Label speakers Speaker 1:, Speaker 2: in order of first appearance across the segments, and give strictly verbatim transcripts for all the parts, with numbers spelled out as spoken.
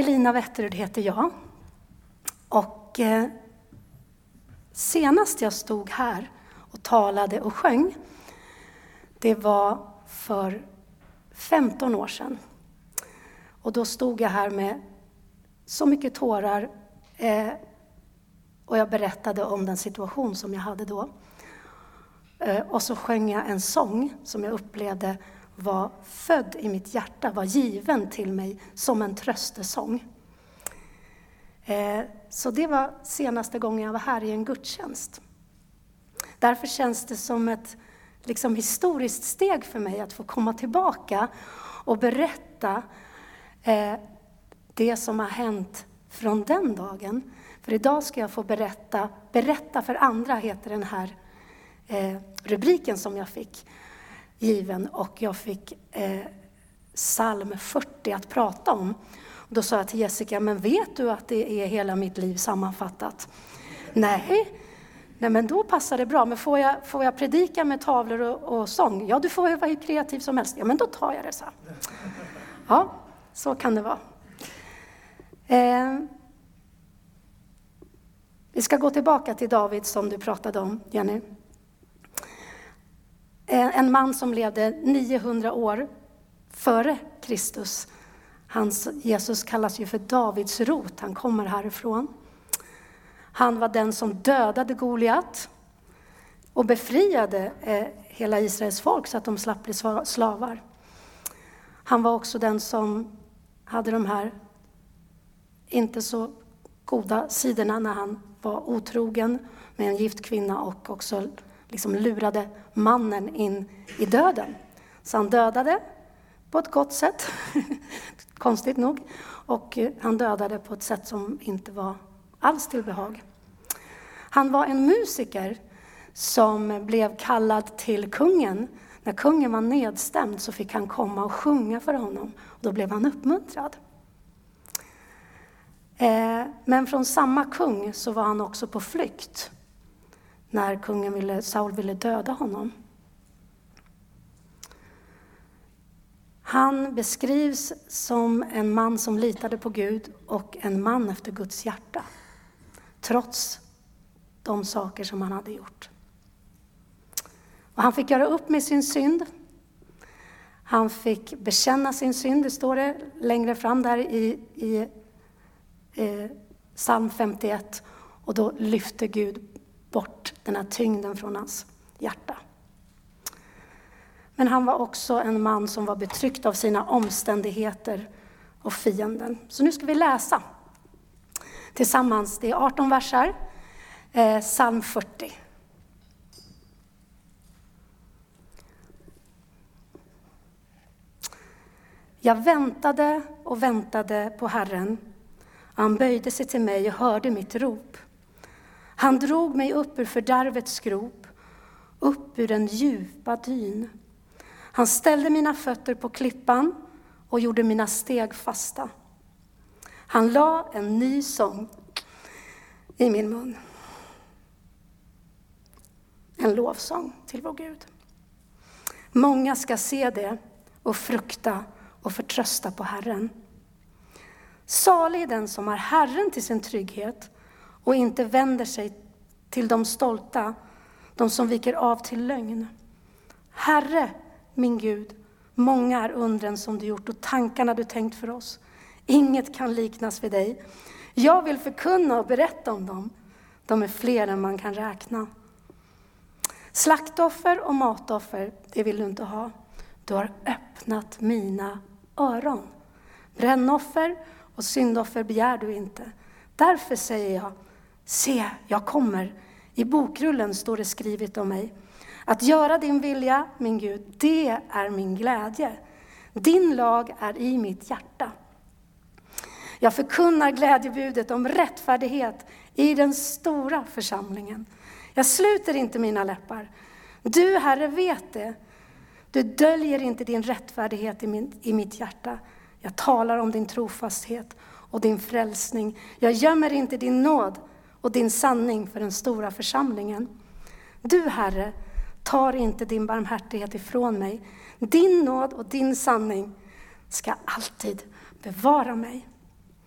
Speaker 1: Elina Wetterud heter jag. Och eh, senast jag stod här och talade och sjöng, det var för femton år sedan. Och då stod jag här med så mycket tårar eh, och jag berättade om den situation som jag hade då. Eh, och så sjöng jag en sång som jag upplevde var född i mitt hjärta, var given till mig som en tröstesång. Eh, så det var senaste gången jag var här i en gudstjänst. Därför känns det som ett liksom, historiskt steg för mig att få komma tillbaka och berätta eh, det som har hänt från den dagen. För idag ska jag få berätta, berätta för andra heter den här eh, rubriken som jag fick given. Och jag fick eh, psalm fyrtio att prata om. Och då sa jag till Jessica, men vet du att det är hela mitt liv sammanfattat? Nej, nej men då passar det bra. Men får jag, får jag predika med tavlor och, och sång? Ja, du får ju vara hur kreativ som helst. Ja, men då tar jag det så. Ja, så kan det vara. Eh, vi ska gå tillbaka till David som du pratade om, Jenny. Eh, en man som levde niohundra år före Kristus. Hans, Jesus kallas ju för Davids rot, han kommer härifrån. Han var den som dödade Goliat och befriade eh, hela Israels folk så att de slapp bli slavar. Han var också den som hade de här inte så goda sidorna när han var otrogen med en gift kvinna och också liksom lurade mannen in i döden. Så han dödade på ett gott sätt, konstigt nog, och han dödade på ett sätt som inte var alls till behag. Han var en musiker som blev kallad till kungen. När kungen var nedstämd så fick han komma och sjunga för honom. Och då blev han uppmuntrad. Eh, men från samma kung så var han också på flykt. När kungen ville, Saul ville döda honom. Han beskrivs som en man som litade på Gud och en man efter Guds hjärta. Trots de saker som han hade gjort. Och han fick göra upp med sin synd. Han fick bekänna sin synd, det står det längre fram där i, i eh, psalm femtioett. Och då lyfte Gud bort den här tyngden från hans hjärta. Men han var också en man som var betryckt av sina omständigheter och fienden. Så nu ska vi läsa tillsammans. Det är arton versar, eh, psalm fyrtio. Jag väntade och väntade på Herren. Han böjde sig till mig och hörde mitt rop. Han drog mig upp ur fördärvets grop, upp ur den djupa dyn. Han ställde mina fötter på klippan och gjorde mina steg fasta. Han la en ny sång i min mun. En lovsång till vår Gud. Många ska se det och frukta och förtrösta på Herren. Salig den som har Herren till sin trygghet och inte vänder sig till de stolta, de som viker av till lögn. Herre, min Gud, många är undren som du gjort och tankarna du tänkt för oss. Inget kan liknas vid dig. Jag vill förkunna och berätta om dem. De är fler än man kan räkna. Slaktoffer och matoffer, det vill du inte ha. Du har öppnat mina öron. Brännoffer och syndoffer begär du inte. Därför säger jag, se, jag kommer. I bokrullen står det skrivet om mig. Att göra din vilja, min Gud, det är min glädje. Din lag är i mitt hjärta. Jag förkunnar glädjebudet om rättfärdighet i den stora församlingen. Jag sluter inte mina läppar. Du, Herre, vet det. Du döljer inte din rättfärdighet i, min, i mitt hjärta. Jag talar om din trofasthet och din frälsning. Jag gömmer inte din nåd och din sanning för den stora församlingen. Du, Herre, tar inte din barmhärtighet ifrån mig. Din nåd och din sanning ska alltid bevara mig.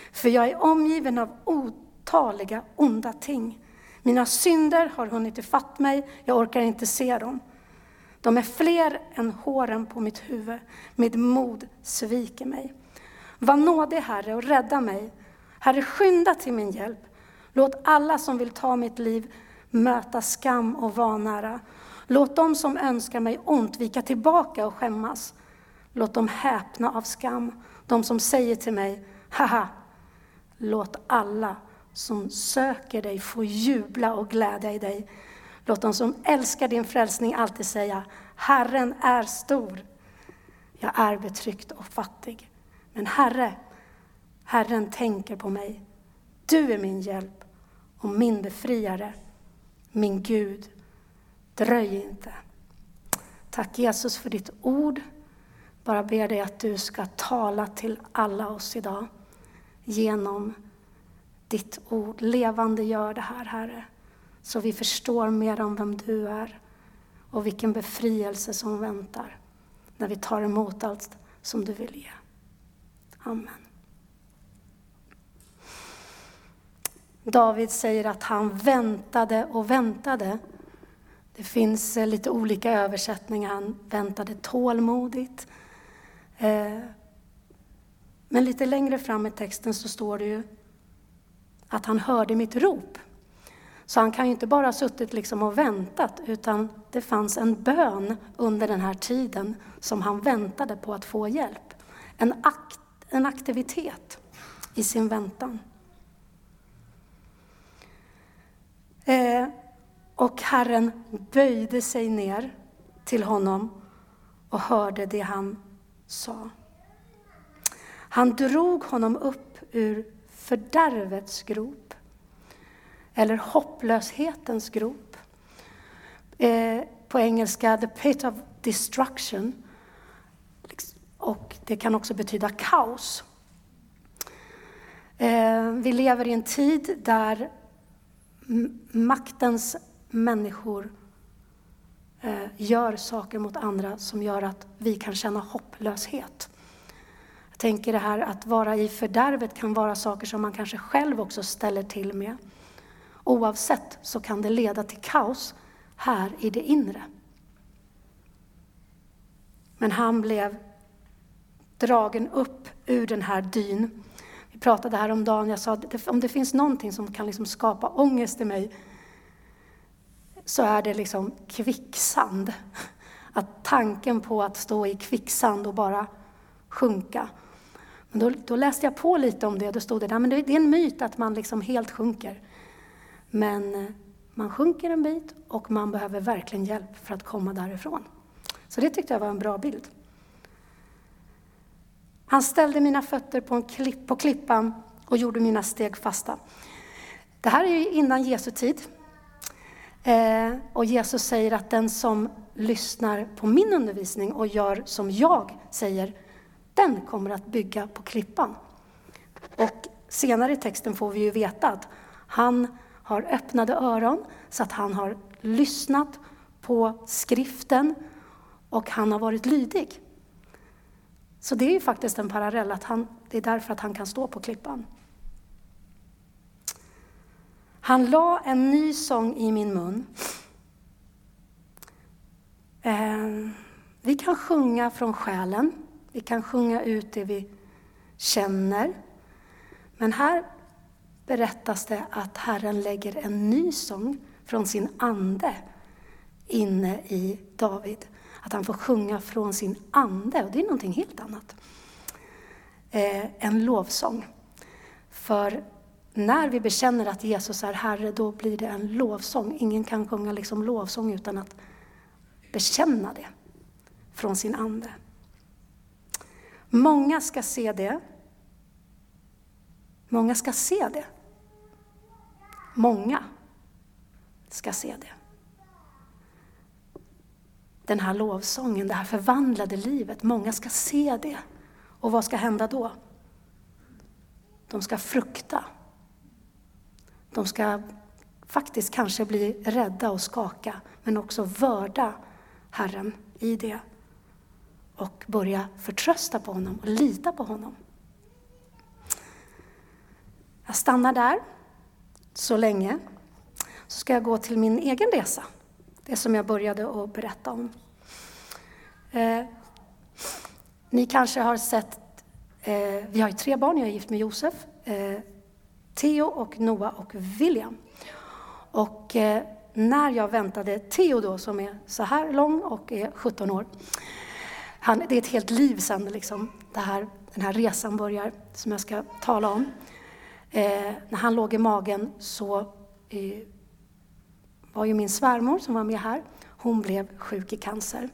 Speaker 1: För jag är omgiven av otaliga onda ting. Mina synder har hunnit ifatt mig, jag orkar inte se dem. De är fler än håren på mitt huvud, med mod sviker mig. Var nådig, Herre, och rädda mig. Herre, skynda till min hjälp. Låt alla som vill ta mitt liv möta skam och vanära. Låt dem som önskar mig ont vika tillbaka och skämmas. Låt dem häpna av skam. De som säger till mig, haha. Låt alla som söker dig få jubla och glädja i dig. Låt dem som älskar din frälsning alltid säga, Herren är stor. Jag är betryckt och fattig. Men Herre, Herren tänker på mig. Du är min hjälp och min befriare. Min Gud, dröj inte. Tack Jesus för ditt ord. Bara ber dig att du ska tala till alla oss idag. Genom ditt ord. Levande gör det här, Herre. Så vi förstår mer om vem du är. Och vilken befrielse som väntar. När vi tar emot allt som du vill ge. Amen. David säger att han väntade och väntade. Det finns lite olika översättningar. Han väntade tålmodigt. Men lite längre fram i texten så står det ju att han hörde mitt rop. Så han kan ju inte bara ha suttit liksom och väntat, utan det fanns en bön under den här tiden som han väntade på att få hjälp. En, akt, en aktivitet i sin väntan. Eh, och Herren böjde sig ner till honom och hörde det han sa. Han drog honom upp ur fördärvets grop. Eller hopplöshetens grop. Eh, på engelska, the pit of destruction. Och det kan också betyda kaos. Eh, vi lever i en tid där m- maktens människor eh, gör saker mot andra som gör att vi kan känna hopplöshet. Jag tänker det här att vara i fördärvet kan vara saker som man kanske själv också ställer till med. Oavsett så kan det leda till kaos här i det inre. Men han blev dragen upp ur den här dyn. Vi pratade här om dagen, jag sa att om det finns någonting som kan liksom skapa ångest i mig så är det liksom kvicksand. Att tanken på att stå i kvicksand och bara sjunka. Men då, då läste jag på lite om det och då stod det där, men det är en myt att man liksom helt sjunker. Men man sjunker en bit och man behöver verkligen hjälp för att komma därifrån. Så det tyckte jag var en bra bild. Han ställde mina fötter på, en klipp, på klippan och gjorde mina steg fasta. Det här är ju innan Jesu tid. Eh, och Jesus säger att den som lyssnar på min undervisning och gör som jag säger, den kommer att bygga på klippan. Och senare i texten får vi ju veta att han har öppnade öron så att han har lyssnat på skriften och han har varit lydig. Så det är ju faktiskt en parallell, att han, det är därför att han kan stå på klippan. Han la en ny sång i min mun. Eh, vi kan sjunga från själen, vi kan sjunga ut det vi känner. Men här berättas det att Herren lägger en ny sång från sin ande inne i David. Att han får sjunga från sin ande, och det är någonting helt annat. Eh, en lovsång. För när vi bekänner att Jesus är Herre, då blir det en lovsång. Ingen kan sjunga liksom lovsång utan att bekänna det från sin ande. Många ska se det. Många ska se det. Många ska se det. Den här lovsången, det här förvandlade livet. Många ska se det. Och vad ska hända då? De ska frukta. De ska faktiskt kanske bli rädda och skaka. Men också vörda Herren i det. Och börja förtrösta på honom och lita på honom. Jag stannar där så länge. Så ska jag gå till min egen resa. Det som jag började att berätta om. Eh, ni kanske har sett, eh, vi har ju tre barn, jag är gift med Josef. Eh, Theo och Noah och William. Och eh, när jag väntade Theo då, som är så här lång och är sjutton år. Han, det är ett helt liv sedan liksom, det här, den här resan börjar, som jag ska tala om. Eh, när han låg i magen så eh, var ju min svärmor som var med här. Hon blev sjuk i cancer.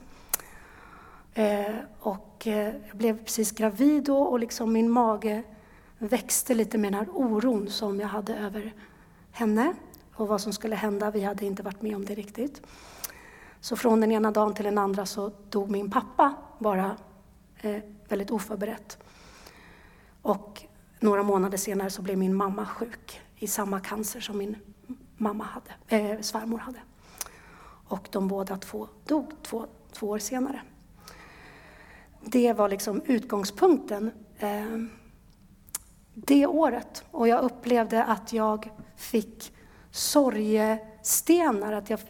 Speaker 1: Eh, och eh, jag blev precis gravid då och liksom min mage växte lite med den här oron som jag hade över henne. Och vad som skulle hända, vi hade inte varit med om det riktigt. Så från den ena dagen till den andra så dog min pappa bara eh, väldigt oförberett. Och några månader senare så blev min mamma sjuk i samma cancer som min mamma hade, eh, svärmor hade. Och de båda två dog två, två år senare. Det var liksom utgångspunkten eh, det året. Och jag upplevde att jag fick sorgestenar. Att jag,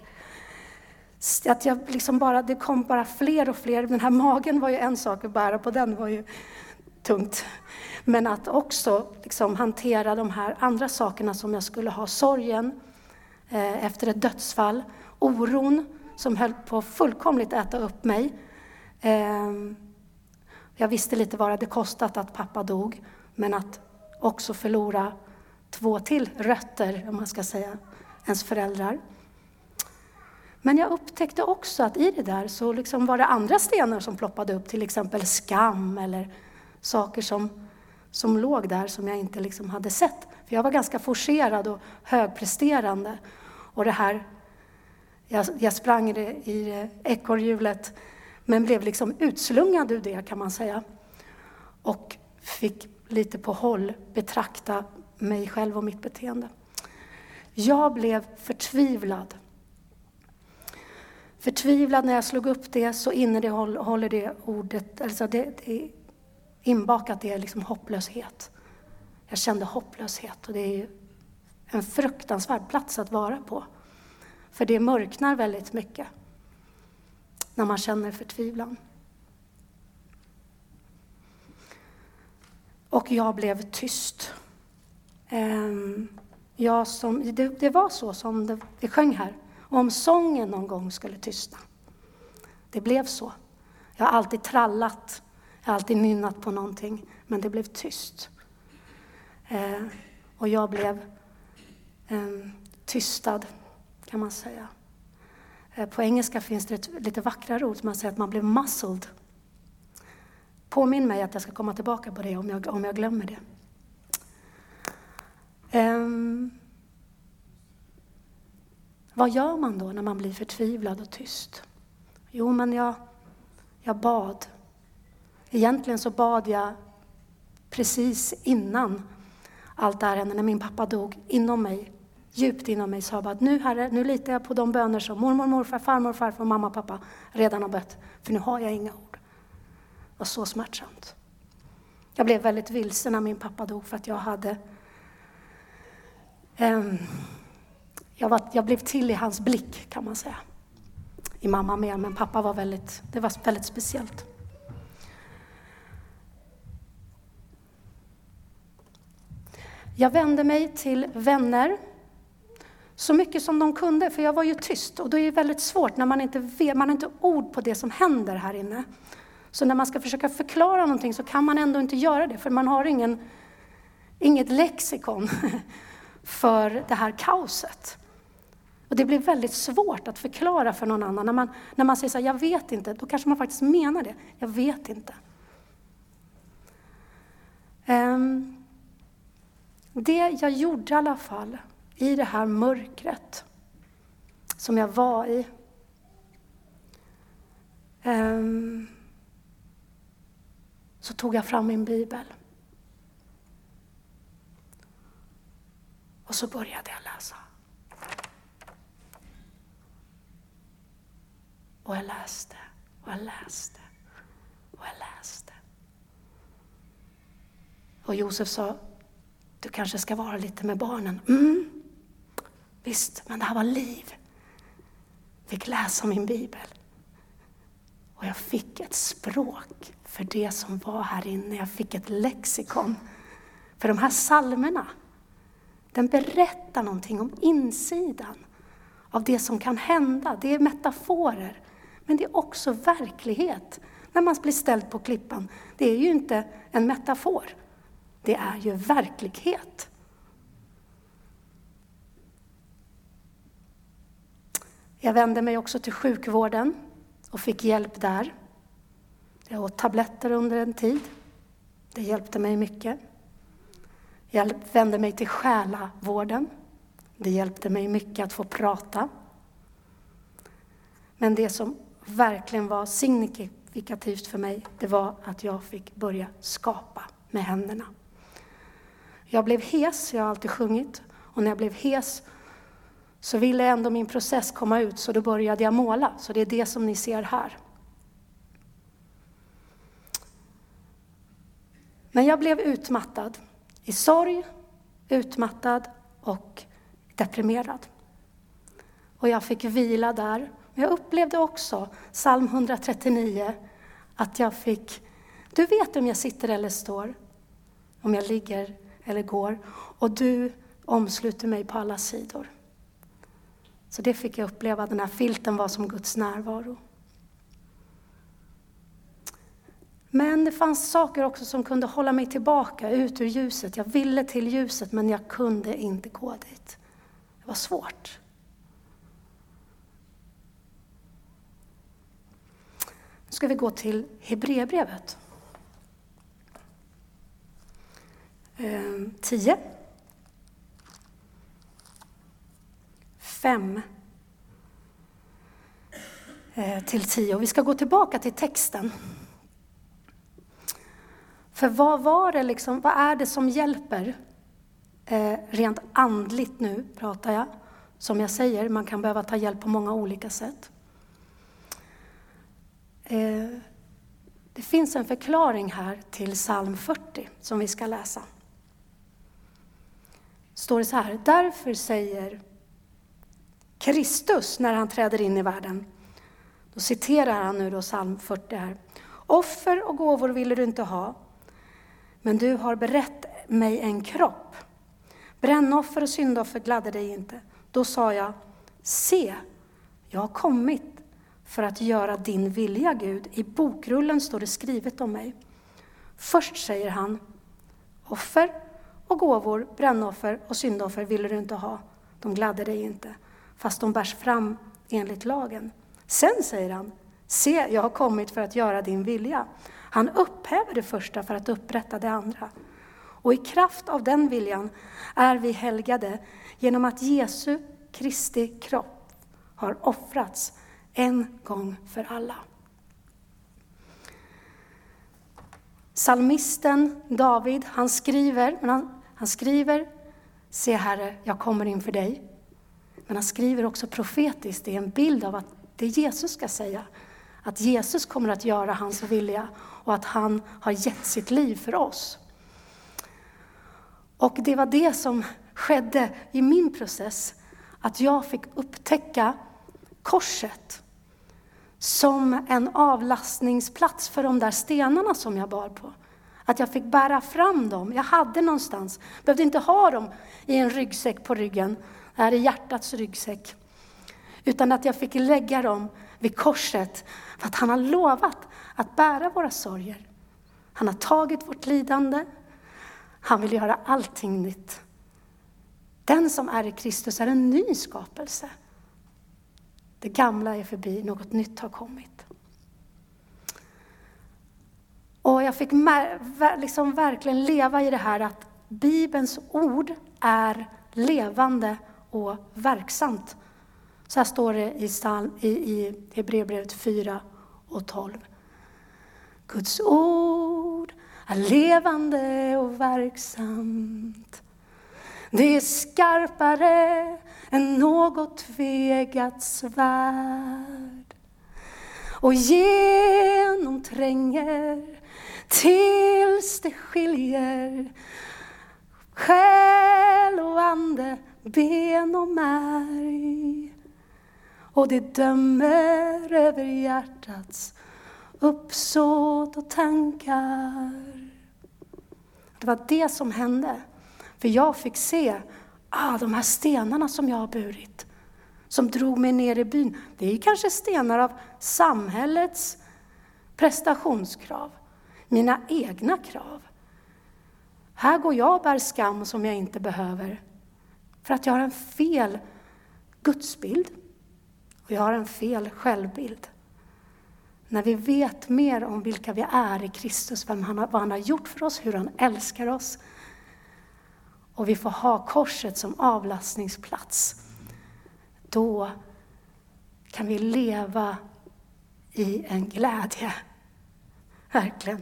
Speaker 1: att jag liksom bara, det kom bara fler och fler. Den här magen var ju en sak att bära på, den var ju tungt. Men att också liksom hantera de här andra sakerna som jag skulle ha. Sorgen eh, efter ett dödsfall. Oron som höll på fullkomligt äta upp mig. Eh, jag visste lite vad det hade kostat att pappa dog. Men att också förlora två till rötter, om man ska säga, ens föräldrar. Men jag upptäckte också att i det där så liksom var det andra stenar som ploppade upp. Till exempel skam eller saker som, som låg där som jag inte liksom hade sett. För jag var ganska forcerad och högpresterande. Och det här, jag, jag sprang i det, i det ekorrhjulet men blev liksom utslungad ur det, kan man säga. Och fick lite på håll betrakta mig själv och mitt beteende. Jag blev förtvivlad. Förtvivlad när jag slog upp det så innehåller det ordet, alltså det, det inbakat det är liksom hopplöshet. Jag kände hopplöshet och det är ju en fruktansvärd plats att vara på. För det mörknar väldigt mycket när man känner förtvivlan. Och jag blev tyst. Jag som, det, det var så som det, vi sjöng här. Om sången någon gång skulle tystna. Det blev så. Jag har alltid trallat. Jag har alltid nynnat på någonting. Men det blev tyst. Eh, och jag blev eh, tystad, kan man säga. Eh, på engelska finns det ett lite vackra ord som man säger att man blev muzzled. Påminn mig att jag ska komma tillbaka på det om jag, om jag glömmer det. Um, vad gör man då när man blir förtvivlad och tyst? Jo, men jag, jag bad. Egentligen så bad jag precis innan allt det här hände, när min pappa dog, inom mig, djupt inom mig, sa jag bara, nu Herre, nu litar jag på de böner som mormor, morfar, farmor, farfar, mamma, pappa redan har bett. För nu har jag inga ord. Det var så smärtsamt. Jag blev väldigt vilsen när min pappa dog för att jag hade... Um, jag, var, jag blev till i hans blick, kan man säga. I mamma med, men pappa var väldigt... Det var väldigt speciellt. Jag vände mig till vänner så mycket som de kunde, för jag var ju tyst. Och då är det väldigt svårt när man inte vet, man har inte ord på det som händer här inne. Så när man ska försöka förklara någonting så kan man ändå inte göra det. För man har ingen, inget lexikon för det här kaoset. Och det blir väldigt svårt att förklara för någon annan. När man, när man säger så här, jag vet inte, då kanske man faktiskt menar det. Jag vet inte. Um, det jag gjorde i alla fall i det här mörkret som jag var i. Um, så tog jag fram min bibel. Och så började jag läsa. Och jag läste, och jag läste, och jag läste. Och Josef sa, du kanske ska vara lite med barnen. Mm. Visst, men det här var liv. Fick läsa min bibel. Och jag fick ett språk för det som var här inne. Jag fick ett lexikon. För de här psalmerna, den berättar någonting om insidan av det som kan hända. Det är metaforer, men det är också verklighet. När man blir ställd på klippan, det är ju inte en metafor. Det är ju verklighet. Jag vände mig också till sjukvården och fick hjälp där. Jag åt tabletter under en tid. Det hjälpte mig mycket. Jag vände mig till själavården. Det hjälpte mig mycket att få prata. Men det som verkligen var signifikativt för mig, det var att jag fick börja skapa med händerna. Jag blev hes, jag har alltid sjungit. Och när jag blev hes så ville ändå min process komma ut, så då började jag måla. Så det är det som ni ser här. Men jag blev utmattad. I sorg, utmattad och deprimerad. Och jag fick vila där. Men jag upplevde också, psalm etthundratrettionio, att jag fick, du vet om jag sitter eller står, om jag ligger eller går, och du omsluter mig på alla sidor. Så det fick jag uppleva, den här filten var som Guds närvaro. Men det fanns saker också som kunde hålla mig tillbaka ut ur ljuset. Jag ville till ljuset, men jag kunde inte gå dit. Det var svårt. Nu ska vi gå till Hebreerbrevet. Ehm, tio. Fem. Eh, till tio. Och vi ska gå tillbaka till texten. För vad var det liksom, vad är det som hjälper? Eh, rent andligt nu pratar jag. Som jag säger, man kan behöva ta hjälp på många olika sätt. Eh, det finns en förklaring här till psalm fyrtio som vi ska läsa. Står det så här: därför säger Kristus när han träder in i världen. Då citerar han nu då psalm fyrtio här. Offer och gåvor ville du inte ha, men du har berett mig en kropp. Brännoffer och syndoffer gladde dig inte. Då sa jag, se, jag har kommit för att göra din vilja, Gud. I bokrullen står det skrivet om mig. Först säger han, offer och gåvor, brännoffer och syndoffer ville du inte ha. De gladde dig inte, fast de bärs fram enligt lagen. Sen säger han, se, jag har kommit för att göra din vilja. Han upphäver det första för att upprätta det andra. Och i kraft av den viljan är vi helgade genom att Jesu Kristi kropp har offrats en gång för alla. Psalmisten David, han skriver, men han, han skriver, se Herre, jag kommer inför dig. Men han skriver också profetiskt, det är en bild av att det Jesus ska säga. Att Jesus kommer att göra hans vilja och att han har gett sitt liv för oss. Och det var det som skedde i min process. Att jag fick upptäcka korset som en avlastningsplats för de där stenarna som jag bar på. Att jag fick bära fram dem. Jag hade någonstans. Behövde inte ha dem i en ryggsäck på ryggen. Det här är hjärtats ryggsäck. Utan att jag fick lägga dem vid korset. För att han har lovat att bära våra sorger. Han har tagit vårt lidande. Han vill göra allting nytt. Den som är i Kristus är en ny skapelse. Det gamla är förbi, något nytt har kommit. Och jag fick liksom verkligen leva i det här att Bibelns ord är levande och verksamt. Så här står det i, i, i Hebreerbrevet fyra och tolv. Guds ord är levande och verksamt. Det är skarpare än något tvegat svärd. Och genomtränger tills det skiljer själ ben och märg. Och det dömer över hjärtats uppsåt och tankar. Det var det som hände. För jag fick se ah, de här stenarna som jag har burit. Som drog mig ner i byn. Det är kanske stenar av samhällets prestationskrav. Mina egna krav. Här går jag och bär skam som jag inte behöver. För att jag har en fel gudsbild. Och jag har en fel självbild. När vi vet mer om vilka vi är i Kristus, vem han har, vad han har gjort för oss, hur han älskar oss. Och vi får ha korset som avlastningsplats. Då kan vi leva i en glädje. Verkligen.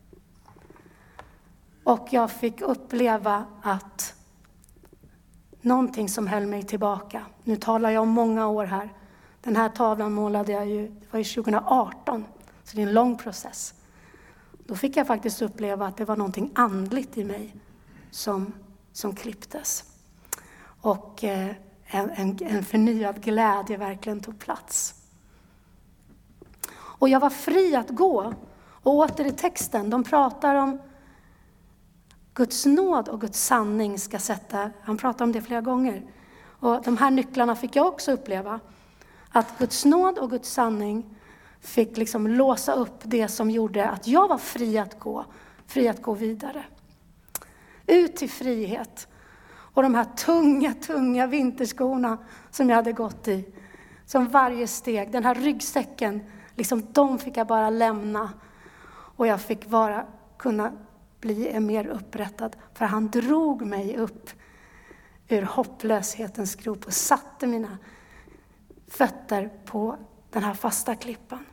Speaker 1: Och jag fick uppleva att någonting som höll mig tillbaka. Nu talar jag om många år här. Den här tavlan målade jag ju, det var ju tjugo arton. Så det är en lång process. Då fick jag faktiskt uppleva att det var någonting andligt i mig som, som klipptes. Och eh, en, en, en förnyad glädje verkligen tog plats. Och jag var fri att gå. Och åter i texten, de pratar om Guds nåd och Guds sanning ska sätta, han pratar om det flera gånger. Och de här nycklarna fick jag också uppleva. Att Guds nåd och Guds sanning fick liksom låsa upp det som gjorde att jag var fri att gå, fri att gå vidare. Ut till frihet. Och de här tunga, tunga vinterskorna som jag hade gått i. Som varje steg, den här ryggsäcken, liksom de fick jag bara lämna. Och jag fick bara kunna bli mer upprättad. För han drog mig upp ur hopplöshetens grop och satte mina fötter på den här fasta klippan.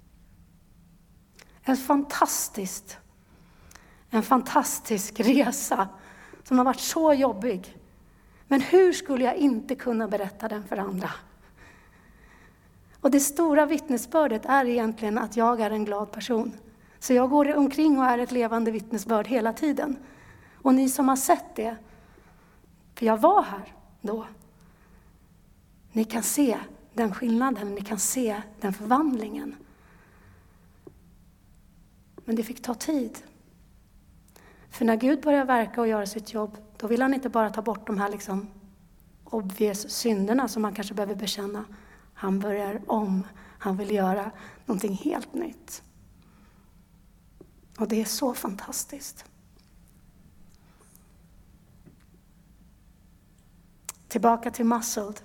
Speaker 1: En fantastisk, en fantastisk resa som har varit så jobbig. Men hur skulle jag inte kunna berätta den för andra? Och det stora vittnesbördet är egentligen att jag är en glad person. Så jag går omkring och är ett levande vittnesbörd hela tiden. Och ni som har sett det, för jag var här då. Ni kan se den skillnaden, ni kan se den förvandlingen. Men det fick ta tid. För när Gud börjar verka och göra sitt jobb, då vill han inte bara ta bort de här liksom obvious synderna som man kanske behöver bekänna. Han börjar om, han vill göra någonting helt nytt. Och det är så fantastiskt. Tillbaka till muscled.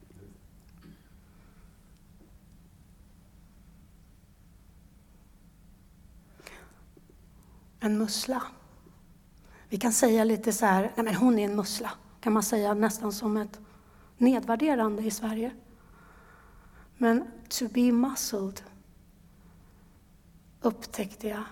Speaker 1: En mussla. Vi kan säga lite så här, nej men hon är en mussla. Kan man säga nästan som ett nedvärderande i Sverige. Men to be muscled upptäckte jag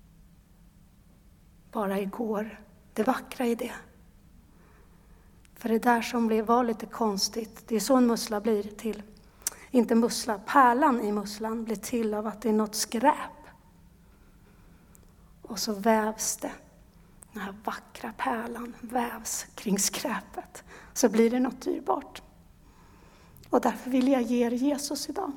Speaker 1: bara igår det vackra i det. För det där som blev, var lite konstigt, det är så en mussla blir till. Inte mussla, pärlan i musslan blir till av att det är något skräp. Och så vävs det. Den här vackra pärlan vävs kring skräpet. Så blir det något dyrbart. Och därför vill jag ge er Jesus idag.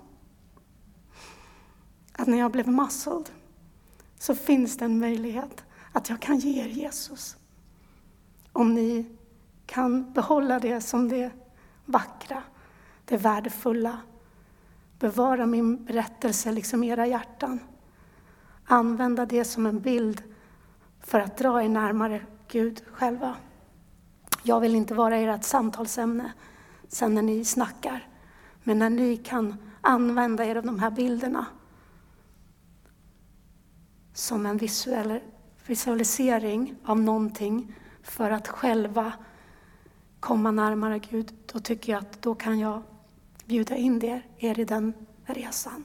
Speaker 1: Att när jag blev muscled så finns det en möjlighet att jag kan ge er Jesus. Om ni kan behålla det som det vackra, det värdefulla. Bevara min berättelse liksom era hjärtan. Använda det som en bild för att dra er närmare Gud själva. Jag vill inte vara ert samtalsämne sen när ni snackar. Men när ni kan använda er av de här bilderna som en visuell visualisering av någonting för att själva komma närmare Gud, då tycker jag att då kan jag bjuda in er, er i den resan.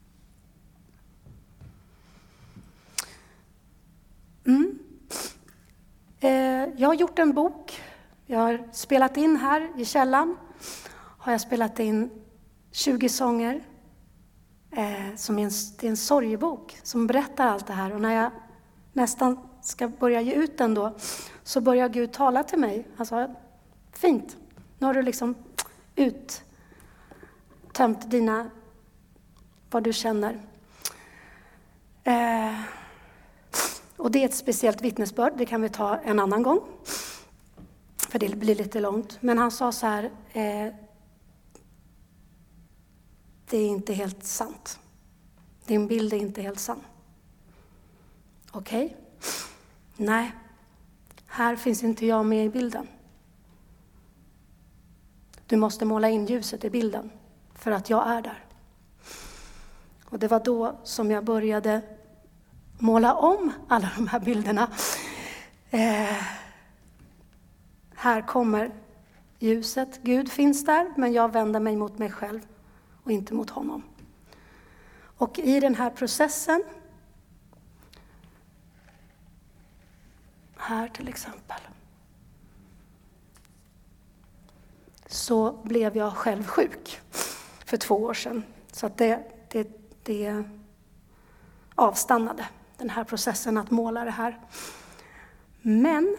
Speaker 1: Mm. Eh, jag har gjort en bok. Jag har spelat in här i källan. Har jag spelat in tjugo sånger. Eh, som är en, det är en sorgebok som berättar allt det här. Och när jag nästan ska börja ge ut den då, så börjar Gud tala till mig. Han sa, fint, Nu har du liksom uttömt dina, vad du känner. Eh, och det är ett speciellt vittnesbörd, det kan vi ta en annan gång. För det blir lite långt. Men han sa så här, eh, det är inte helt sant. Din bild är inte helt sann. Okej? Okay? Nej, här finns inte jag med i bilden. Du måste måla in ljuset i bilden för att jag är där. Och det var då som jag började måla om alla de här bilderna. Eh, här kommer ljuset. Gud finns där, men jag vänder mig mot mig själv och inte mot honom. Och i den här processen, här till exempel, så blev jag själv sjuk för två år sedan. Så att det, det, det avstannade, den här processen att måla det här. Men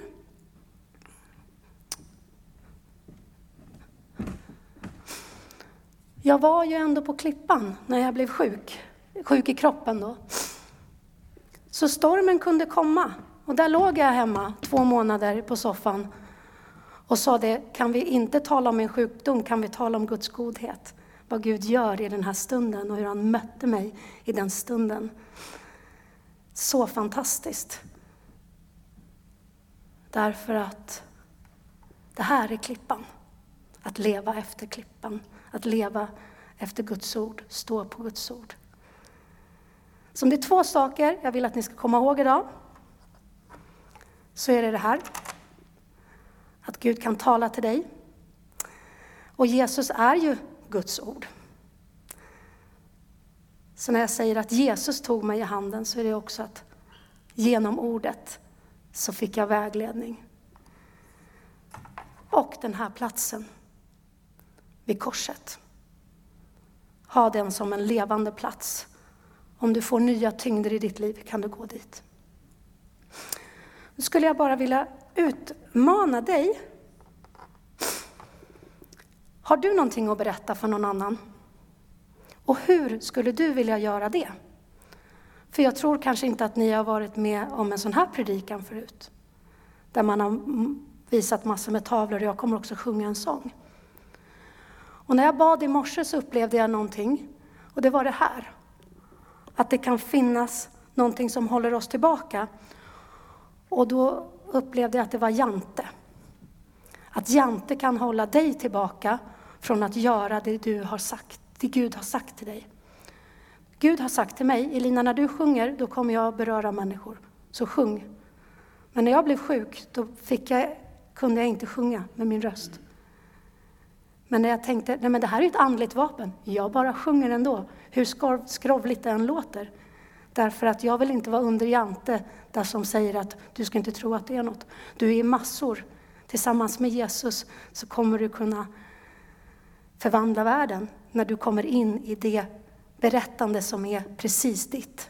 Speaker 1: jag var ju ändå på klippan när jag blev sjuk, sjuk i kroppen då. Så stormen kunde komma. Och där låg jag hemma två månader på soffan och sa det, kan vi inte tala om en sjukdom, kan vi tala om Guds godhet. Vad Gud gör i den här stunden och hur han mötte mig i den stunden. Så fantastiskt. Därför att det här är klippan. Att leva efter klippan. Att leva efter Guds ord. Stå på Guds ord. Så om det är två saker jag vill att ni ska komma ihåg idag. Så är det det här. Att Gud kan tala till dig. Och Jesus är ju Guds ord. Så när jag säger att Jesus tog mig i handen så är det också att genom ordet så fick jag vägledning. Och den här platsen vid korset. Ha den som en levande plats. Om du får nya tyngder i ditt liv kan du gå dit. Nu skulle jag bara vilja utmana dig. Har du någonting att berätta för någon annan? Och hur skulle du vilja göra det? För jag tror kanske inte att ni har varit med om en sån här predikan förut. Där man har visat massor med tavlor och jag kommer också sjunga en sång. Och när jag bad i morse så upplevde jag någonting. Och det var det här. Att det kan finnas någonting som håller oss tillbaka. Och då upplevde jag att det var Jante. Att Jante kan hålla dig tillbaka från att göra det du har sagt, det Gud har sagt till dig. Gud har sagt till mig, Elina, när du sjunger då kommer jag beröra människor. Så sjung. Men när jag blev sjuk då fick jag, kunde jag inte sjunga med min röst. Men när jag tänkte, nej men det här är ett andligt vapen. Jag bara sjunger ändå. Hur skrov, skrovligt det än låter. Därför att jag vill inte vara under Jante där som säger att du ska inte tro att det är något. Du är massor. Tillsammans med Jesus så kommer du kunna förvandla världen när du kommer in i det berättande som är precis ditt.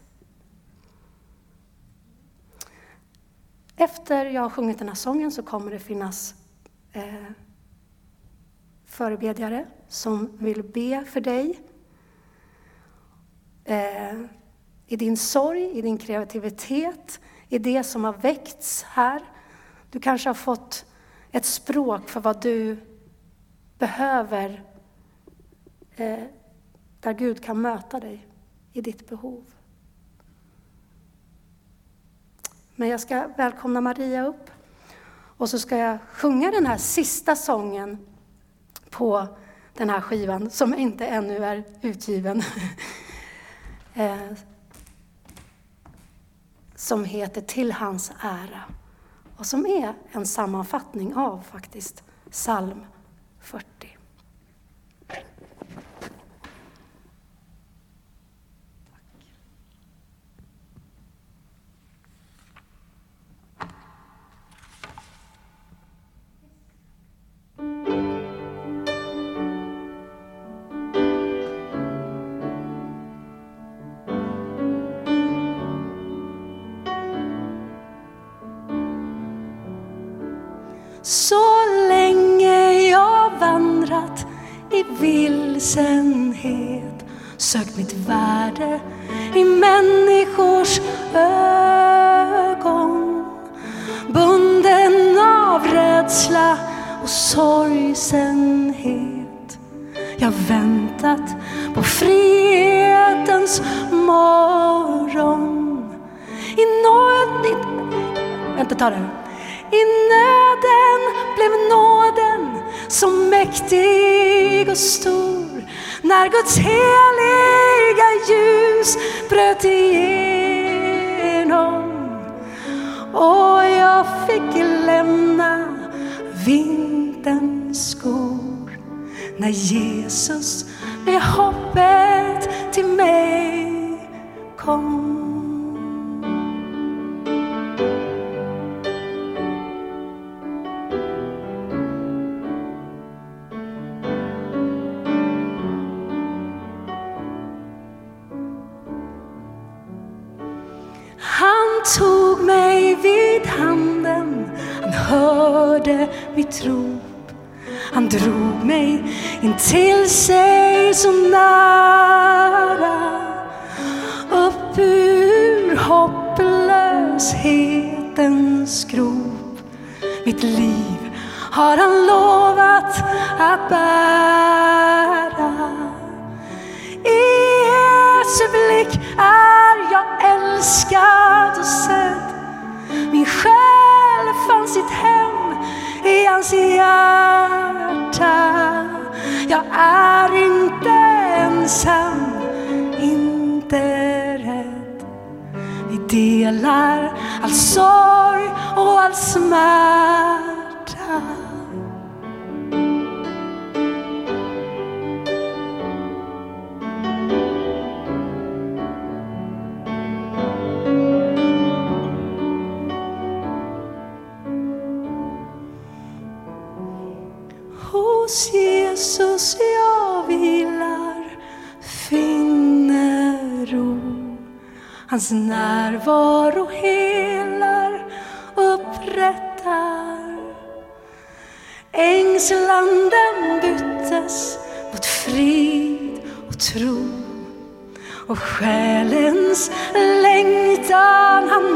Speaker 1: Efter jag har sjungit den här sången så kommer det finnas eh, förebedjare som vill be för dig. Eh, I din sorg, i din kreativitet, i det som har väckts här. Du kanske har fått ett språk för vad du behöver. Eh, där Gud kan möta dig i ditt behov. Men jag ska välkomna Maria upp. Och så ska jag sjunga den här sista sången på den här skivan som inte ännu är utgiven. eh, som heter Till hans ära. Och som är en sammanfattning av faktiskt psalm fyrtio. Så länge jag vandrat i vilsenhet, sökt mitt värde i människors ögon, bunden av rädsla och sorgsenhet. Jag väntat på frihetens morgon. I nåden, vänta, ta det. I nöden blev nåden så mäktig och stor, när Guds heliga ljus bröt igenom, och jag fick lämna vinterns skor, när Jesus med hoppet till mig kom. Han tog mig vid handen, han hörde mitt rop, han drog mig in till sig så nära, upp ur hopplöshetens grop. Mitt liv har han lovat att bära. I Jesu blick är jag älskad och sedd. Min själ fann sitt hem i hans hjärta. Jag är inte ensam, inte rädd. Vi delar all sorg och all smärta. Hos Jesus jag vilar, finner ro. Hans närvaro helar, upprättar. Ängslanden byttes mot frid och tro, och själens längtan han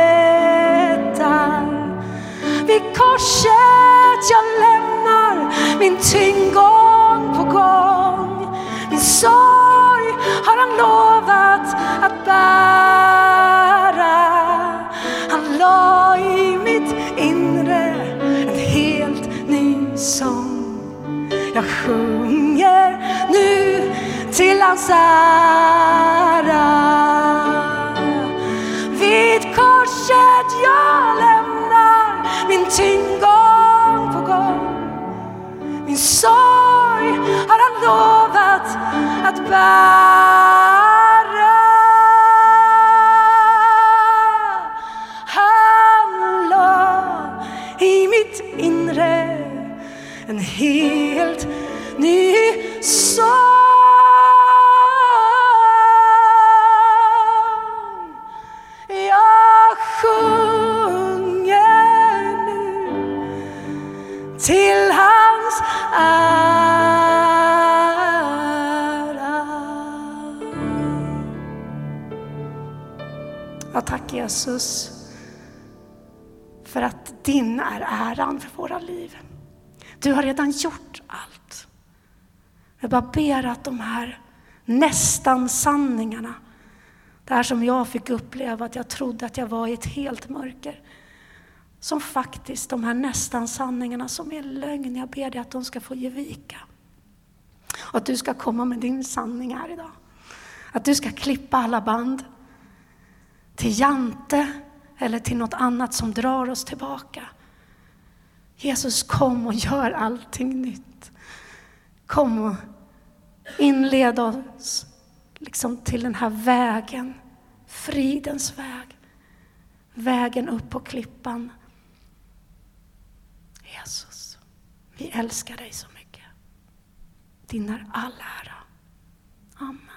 Speaker 1: mättar. Vid korset jag lämnar min tyngd gång på gång. Min sorg har han lovat att bära. Han la i mitt inre en helt ny sång. Jag sjunger nu till hans ära. Vid korset jag lämnar min tyngd gång på gång. Min sorg har han lovat att bära. Han la i mitt inre en helt ny sång. Jag sjunger nu till hans ära. Jag tackar Jesus för att din är äran för våra liv. Du har redan gjort allt. Jag bara ber att de här nästan sanningarna, det här som jag fick uppleva, att jag trodde att jag var i ett helt mörker, som faktiskt de här nästan sanningarna som är lögn, jag ber dig att de ska få ge vika. Och att du ska komma med din sanning här idag. Att du ska klippa alla band till jante eller till något annat som drar oss tillbaka. Jesus, kom och gör allting nytt. Kom och inled oss liksom till den här vägen, fridens väg. Vägen upp på klippan. Jesus, vi älskar dig så mycket. Din är all ära. Amen.